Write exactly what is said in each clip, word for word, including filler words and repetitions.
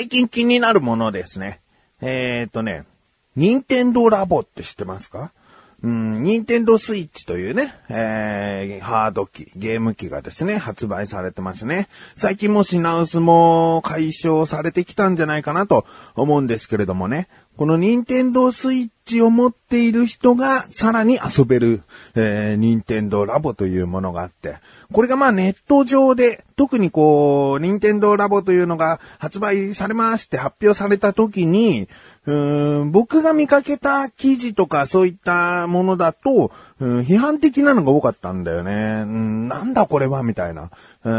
最近気になるものですね。えーとね、任天堂ラボって知ってますか？うん、任天堂スイッチというね、えー、ハード機、ゲーム機がですね、発売されてますね。最近も品薄も解消されてきたんじゃないかなと思うんですけれどもね。この任天堂スイッチを持っている人がさらに遊べる、えー、任天堂ラボというものがあって、これがまあネット上で、特にこう、任天堂ラボというのが発売されますって発表された時に、うーん僕が見かけた記事とかそういったものだと、うん、批判的なのが多かったんだよね。うん、なんだこれはみたいな。うん、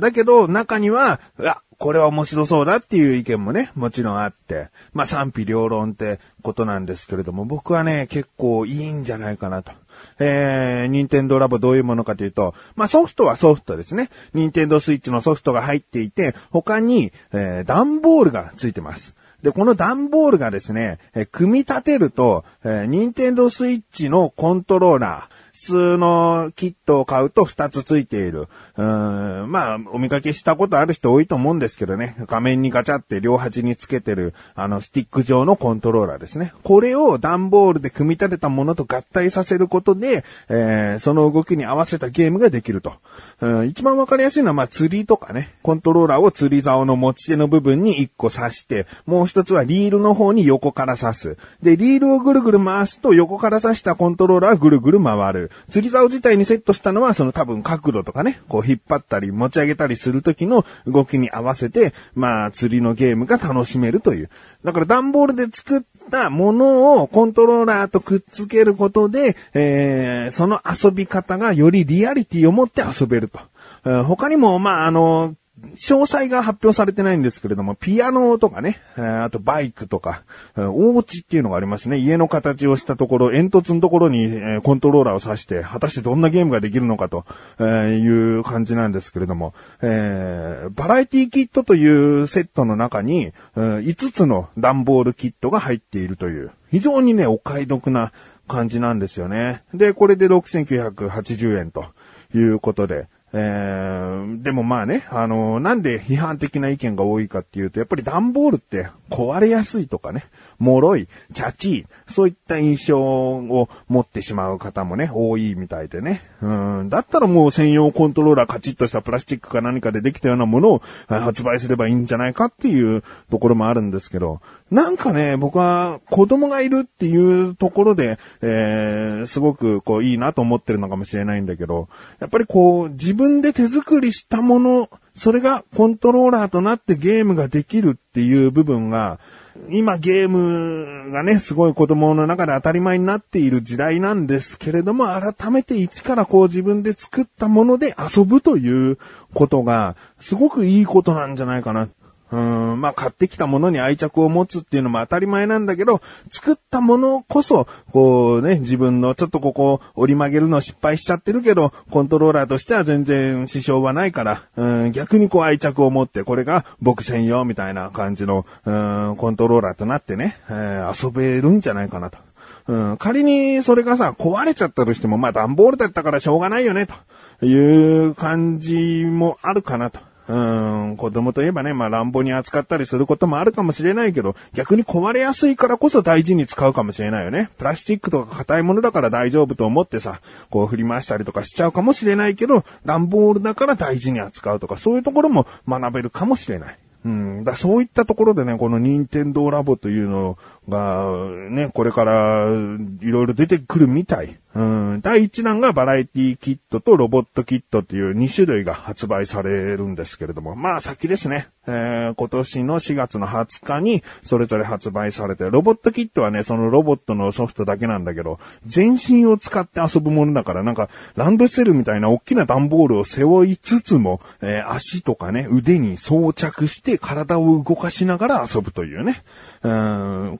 だけど中には、うわ、これは面白そうだっていう意見もね、もちろんあって、まあ賛否両論ってことなんですけれども、僕はね、結構いいんじゃないかなと。えー、任天堂ラボどういうものかというと、まあソフトはソフトですね。任天堂スイッチのソフトが入っていて、他に、えー、段ボールがついてます。で、この段ボールがですね、えー、組み立てると、えー、任天堂スイッチのコントローラー、普通のキットを買うとふたつついている。うーん、まあ、お見かけしたことある人多いと思うんですけどね。画面にガチャって両端につけてる、あの、スティック状のコントローラーですね。これを段ボールで組み立てたものと合体させることで、えー、その動きに合わせたゲームができると。うん、一番わかりやすいのは、まあ、釣りとかね。コントローラーを釣り竿の持ち手の部分にいっこ刺して、もう一つはリールの方に横から刺す。で、リールをぐるぐる回すと横から刺したコントローラーはぐるぐる回る。釣り竿自体にセットしたのは、その多分角度とかね、こう引っ張ったり持ち上げたりする時の動きに合わせて、まあ、釣りのゲームが楽しめるという。だから段ボールで作ったものをコントローラーとくっつけることで、えー、その遊び方がよりリアリティを持って遊べると。えー、他にも、まあ、あの、詳細が発表されてないんですけれども、ピアノとかね、あとバイクとか、お家っていうのがありますね。家の形をしたところ、煙突のところにコントローラーを挿して、果たしてどんなゲームができるのかという感じなんですけれども、えー、バラエティキットというセットの中に、いつつの段ボールキットが入っているという、非常にね、お買い得な感じなんですよね。で、これでろくせんきゅうひゃくはちじゅうえんということで、えー、でもまあね、あのー、なんで批判的な意見が多いかっていうと、やっぱり段ボールって壊れやすいとかね、脆い、チャチい、そういった印象を持ってしまう方もね、多いみたいでね。うん、だったらもう専用コントローラーカチッとしたプラスチックか何かでできたようなものを発売すればいいんじゃないかっていうところもあるんですけど、なんかね、僕は子供がいるっていうところで、えー、すごくこういいなと思ってるのかもしれないんだけど、やっぱりこう自分で手作りしたもの、それがコントローラーとなってゲームができるっていう部分が、今ゲームがね、すごい子供の中で当たり前になっている時代なんですけれども、改めて一からこう自分で作ったもので遊ぶということが、すごくいいことなんじゃないかな。うーん、まあ買ってきたものに愛着を持つっていうのも当たり前なんだけど、作ったものこそ、こうね、自分のちょっとここ折り曲げるの失敗しちゃってるけど、コントローラーとしては全然支障はないから、うん、逆にこう愛着を持って、これが僕専用みたいな感じの、うん、コントローラーとなってね、えー、遊べるんじゃないかなと。うん、仮にそれがさ、壊れちゃったとしても、まあ段ボールだったからしょうがないよね、という感じもあるかなと。うーん、子供といえばね、まあ乱暴に扱ったりすることもあるかもしれないけど、逆に壊れやすいからこそ大事に使うかもしれないよね。プラスチックとか硬いものだから大丈夫と思ってさ、こう振り回したりとかしちゃうかもしれないけど、段ボールだから大事に扱うとか、そういうところも学べるかもしれない。うん、だそういったところでね、この任天堂ラボというのが、ね、これからいろいろ出てくるみたい。うん、だいいちだんがバラエティキットとロボットキットというに種類が発売されるんですけれども、まあ先ですね。えー、今年のしがつのはつかにそれぞれ発売されて、ロボットキットはね、そのロボットのソフトだけなんだけど、全身を使って遊ぶものだから、なんかランドセルみたいな大きな段ボールを背負いつつも、えー、足とかね、腕に装着して体を動かしながら遊ぶというね。うん、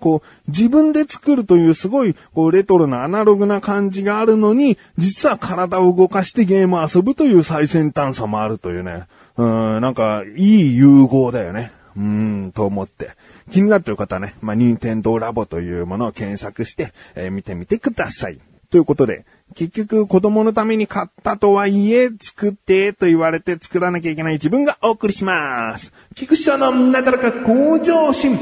こう、自分で作るというすごい、こう、レトロなアナログな感じがあるのに、実は体を動かしてゲームを遊ぶという最先端さもあるというね。うん、なんか、いい融合だよね。うーん、と思って。気になっている方はね、まあ、任天堂ラボというものを検索して、えー、見てみてください。ということで、 結局子供のために買ったとはいえ、作ってと言われて作らなきゃいけない自分がお送りします。菊池のなだらか向上心。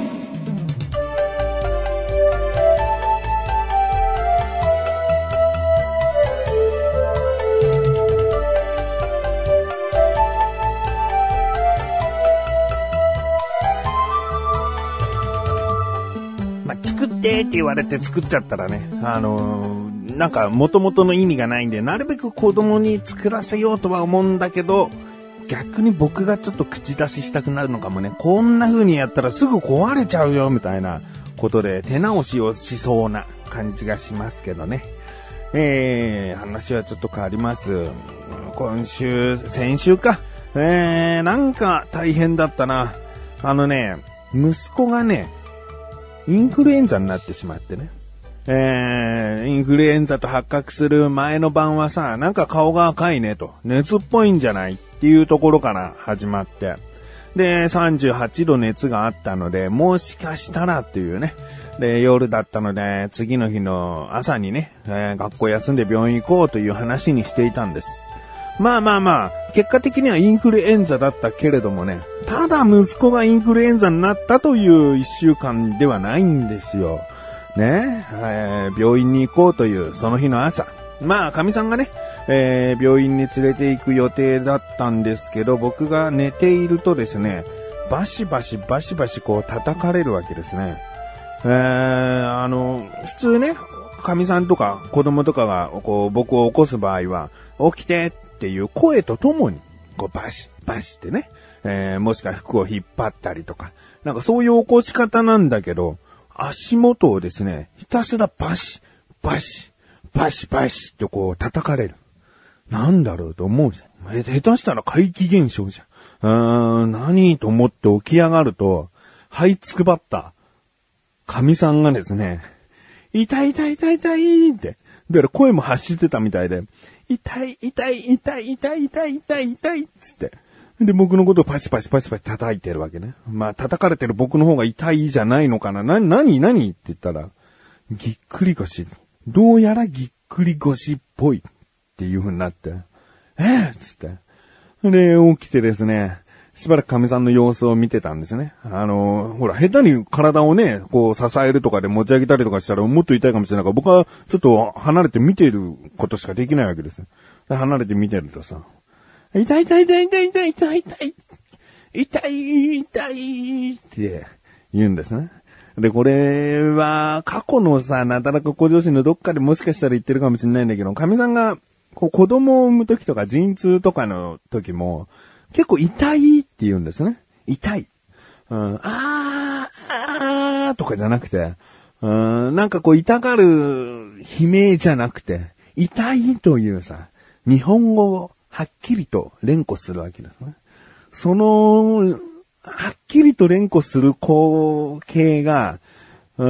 まあ、作ってって言われて作っちゃったらね、あのーなんか元々の意味がないんで、なるべく子供に作らせようとは思うんだけど、逆に僕がちょっと口出ししたくなるのかもね。こんな風にやったらすぐ壊れちゃうよみたいなことで手直しをしそうな感じがしますけどね。えー、話はちょっと変わります。今週、先週か。えー、なんか大変だったな。あのね、息子がね、インフルエンザになってしまってね。えー、インフルエンザと発覚する前の晩はさ、なんか顔が赤いねと、熱っぽいんじゃないっていうところから始まって、で、さんじゅうはちど熱があったので、もしかしたらっていうね、で、夜だったので、次の日の朝にね、えー、学校休んで病院行こうという話にしていたんです。まあまあまあ、結果的にはインフルエンザだったけれどもね、ただ息子がインフルエンザになったという一週間ではないんですよ。ね、えー、病院に行こうというその日の朝。まあ、神さんがね、えー、病院に連れて行く予定だったんですけど、僕が寝ているとですね、バシバシバシバシこう叩かれるわけですね。えー、あの、普通ね、神さんとか子供とかがこう僕を起こす場合は、起きてっていう声とともに、こうバシバシってね、えー、もしくは服を引っ張ったりとか、なんかそういう起こし方なんだけど、足元をですね、ひたすらバシ、バシ、バシバシってこう叩かれる。なんだろうと思うじゃん。下手したら怪奇現象じゃん。うーん、何と思って起き上がると、這いつくばった神さんがですね、痛い痛い痛い痛いって、だから声も発してたみたいで、痛い痛い痛い痛い痛い痛い痛いっつって。で、僕のことをパシパシパシパシ叩いてるわけね。まあ、叩かれてる僕の方が痛いじゃないのかな。な、なになにって言ったら、ぎっくり腰。どうやらぎっくり腰っぽいっていう風になって、えー、っつって。で、起きてですね、しばらく神さんの様子を見てたんですね。あの、ほら、下手に体をね、こう支えるとかで持ち上げたりとかしたらもっと痛いかもしれないから、僕はちょっと離れて見てることしかできないわけですよ。で離れて見てるとさ、痛い痛い痛い痛い痛い痛い痛い痛い痛いって言うんですね。で、これは過去のさ、なだらか向上心のどっかでもしかしたら言ってるかもしれないんだけど、神さんがこう子供を産む時とか陣痛とかの時も結構痛いって言うんですね。痛い。うん、あー、あーとかじゃなくて、うん、なんかこう痛がる悲鳴じゃなくて、痛いというさ、日本語をはっきりと連呼するわけですね。その、はっきりと連呼する光景が、うん、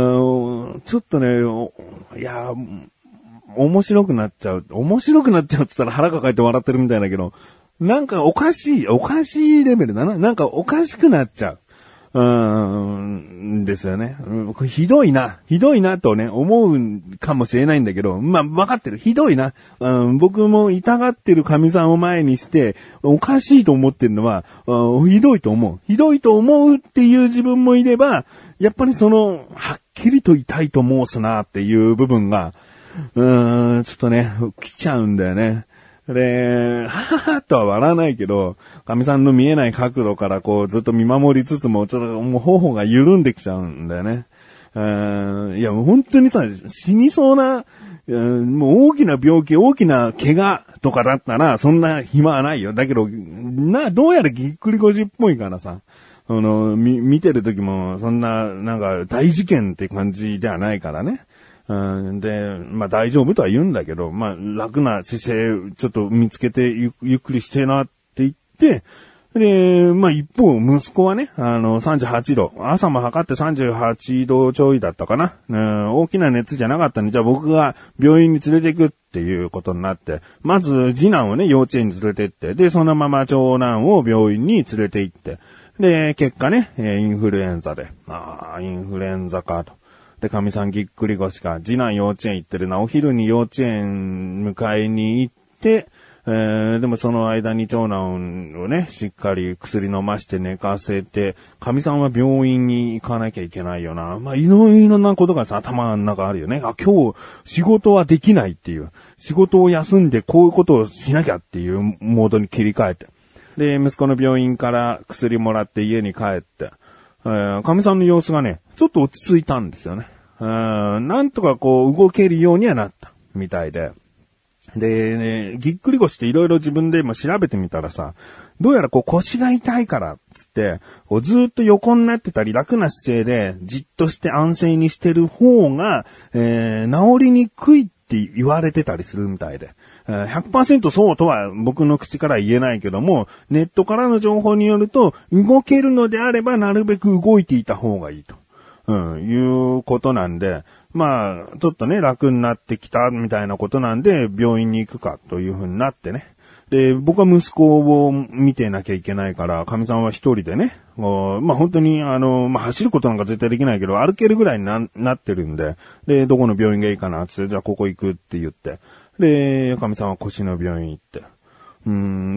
ちょっとね、いや、面白くなっちゃう。面白くなっちゃうって言ったら腹抱えて笑ってるみたいだけど、なんかおかしい、おかしいレベルだな。なんかおかしくなっちゃう。うーん、ですよね、うん。これひどいな。ひどいなとね、思うかもしれないんだけど、まあ、わかってる。ひどいな。うん、僕も痛がってる神さんを前にして、おかしいと思ってるのは、うん、ひどいと思う。ひどいと思うっていう自分もいれば、やっぱりその、はっきりと痛いと申すなっていう部分が、うーん、ちょっとね、来ちゃうんだよね。で、はははとは笑わないけど、神さんの見えない角度からこうずっと見守りつつも、ちょっともう頬が緩んできちゃうんだよね。うーん、いやもう本当にさ、死にそうな、うん、もう大きな病気、大きな怪我とかだったら、そんな暇はないよ。だけど、な、どうやらぎっくり腰っぽいからさ、あの、み、見てる時も、そんな、なんか大事件って感じではないからね。うん、で、まあ大丈夫とは言うんだけど、まあ楽な姿勢ちょっと見つけてゆ、ゆっくりしてなって言って、で、まあ一方息子はね、あのさんじゅうはちど、朝も測ってさんじゅうはちどちょいだったかな、うん、大きな熱じゃなかったんで、じゃあ僕が病院に連れて行くっていうことになって、まず次男をね幼稚園に連れて行って、でそのまま長男を病院に連れて行って、で結果ね、インフルエンザで、ああインフルエンザかと。 で、神さんぎっくり腰か、次男幼稚園行ってるな、お昼に幼稚園迎えに行って、えー、でもその間に長男をね、しっかり薬飲まして寝かせて、神さんは病院に行かなきゃいけないよな。まあ、いろいろなことがさ、頭の中あるよね。あ、今日仕事はできないっていう。仕事を休んでこういうことをしなきゃっていうモードに切り替えて。で、息子の病院から薬もらって家に帰って、えー、神さんの様子がね、ちょっと落ち着いたんですよね。うん、なんとかこう動けるようにはなったみたいで。で、ね、ぎっくり腰っていろいろ自分でも調べてみたらさ、どうやらこう腰が痛いからっつって、こうずっと横になってたり楽な姿勢でじっとして安静にしてる方が、えー、治りにくいって言われてたりするみたいで。ひゃくパーセント そうとは僕の口から言えないけども、ネットからの情報によると、動けるのであればなるべく動いていた方がいいと、うん、いうことなんで、まあ、ちょっとね、楽になってきたみたいなことなんで、病院に行くかという風になってね。で、僕は息子を見てなきゃいけないから、神さんは一人でね、もうまあ本当にあの、まあ走ることなんか絶対できないけど、歩けるぐらいに な, なってるんで、で、どこの病院がいいかなって、じゃあここ行くって言って、で、神さんは腰の病院行って、うん、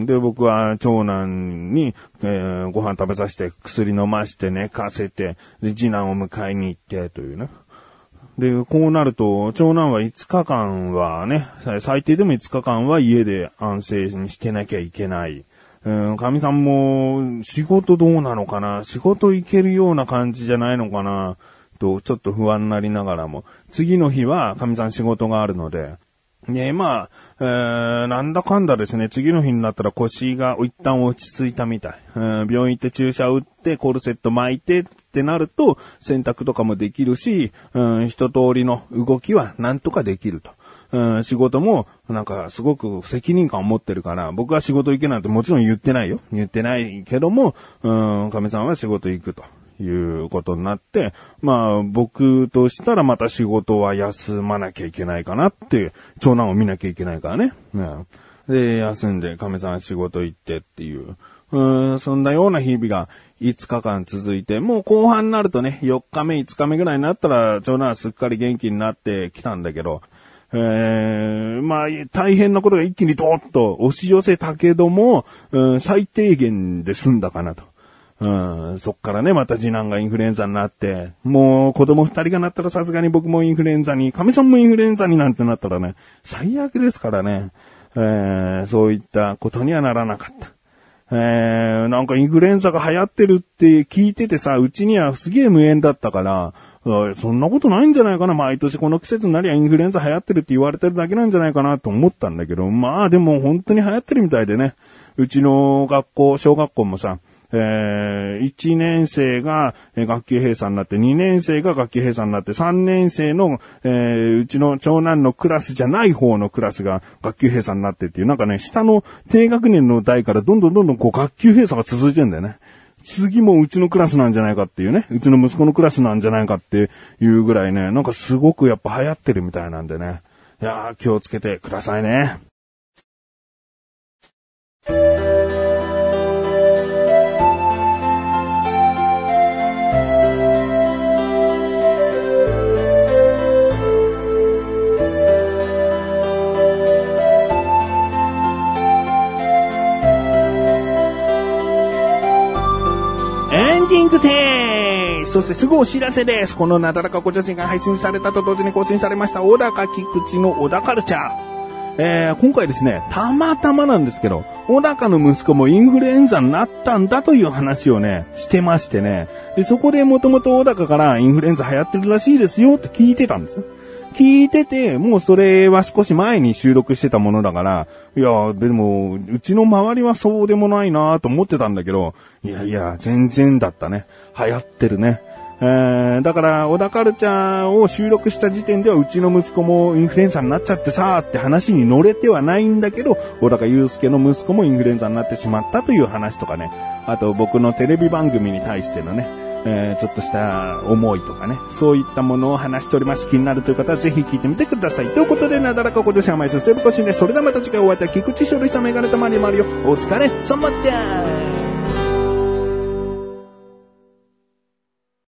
で、僕は長男に、えー、ご飯食べさせて、薬飲まして寝かせて、で、次男を迎えに行ってというね。で、こうなると、長男はいつかかんはね、最低でもいつかかんは家で安静にしてなきゃいけない。うん、神さんも仕事どうなのかな、仕事行けるような感じじゃないのかなと、ちょっと不安になりながらも、次の日は神さん仕事があるので、ね、まあ、えー、なんだかんだですね、次の日になったら腰が一旦落ち着いたみたい。うん、病院行って注射打って、コルセット巻いてってなると、洗濯とかもできるし、うん、一通りの動きはなんとかできると。うん、仕事も、なんか、すごく責任感を持ってるから、僕は仕事行けないともちろん言ってないよ。言ってないけども、うん、亀さんは仕事行くと。いうことになって、まあ僕としたらまた仕事は休まなきゃいけないかなって、長男を見なきゃいけないからね。うん、で、休んで亀さん仕事行ってっていう、うん、そんなような日々がいつかかん続いて、もう後半になるとね、よっかめ、いつかめぐらいになったら長男はすっかり元気になってきたんだけど、えー、まあ大変なことが一気にドーッと押し寄せたけども、うん、最低限で済んだかなと。うん、そっからね、また次男がインフルエンザになって、もう子供二人がなったらさすがに僕もインフルエンザに、神さんもインフルエンザになんてなったらね、最悪ですからね、えー、そういったことにはならなかった。えー、なんかインフルエンザが流行ってるって聞いててさ、うちにはすげえ無縁だったから、そんなことないんじゃないかな、毎年この季節になりゃインフルエンザ流行ってるって言われてるだけなんじゃないかなと思ったんだけど、まあでも本当に流行ってるみたいでね、うちの学校、小学校もさ、えー、いちねん生が学級閉鎖になって、にねん生が学級閉鎖になって、さんねん生の、えー、うちの長男のクラスじゃない方のクラスが学級閉鎖になってっていう、なんかね、下の低学年の代からどんどんどんどんこう学級閉鎖が続いてんだよね。次もうちのクラスなんじゃないかっていうね、うちの息子のクラスなんじゃないかっていうぐらいね、なんかすごくやっぱ流行ってるみたいなんでね。いやー、気をつけてくださいね。エンディングテーそしてすぐお知らせです。このなだらかご女子が配信されたと同時に更新されました小高菊池の小高カルチャー。えー、今回ですね、たまたまなんですけど、小高の息子もインフルエンザになったんだという話をね、してましてね。で、そこでもともと小高からインフルエンザ流行ってるらしいですよって聞いてたんです。聞いてて、もうそれは少し前に収録してたものだから、いや、でも、うちの周りはそうでもないなと思ってたんだけど、いやいや、全然だったね。流行ってるね。えー、だから、小田カルチャーを収録した時点では、うちの息子もインフルエンザになっちゃってさーって話に乗れてはないんだけど、小高祐介の息子もインフルエンザになってしまったという話とかね、あと僕のテレビ番組に対してのね、えー、ちょっとした思いとかね、そういったものを話しております。気になるという方はぜひ聞いてみてください。ということで、なだらかご女子は毎週セブコシンです。それではまた次回お会いいたい菊池勝利したメガネとマリマリオ。お疲れ様です。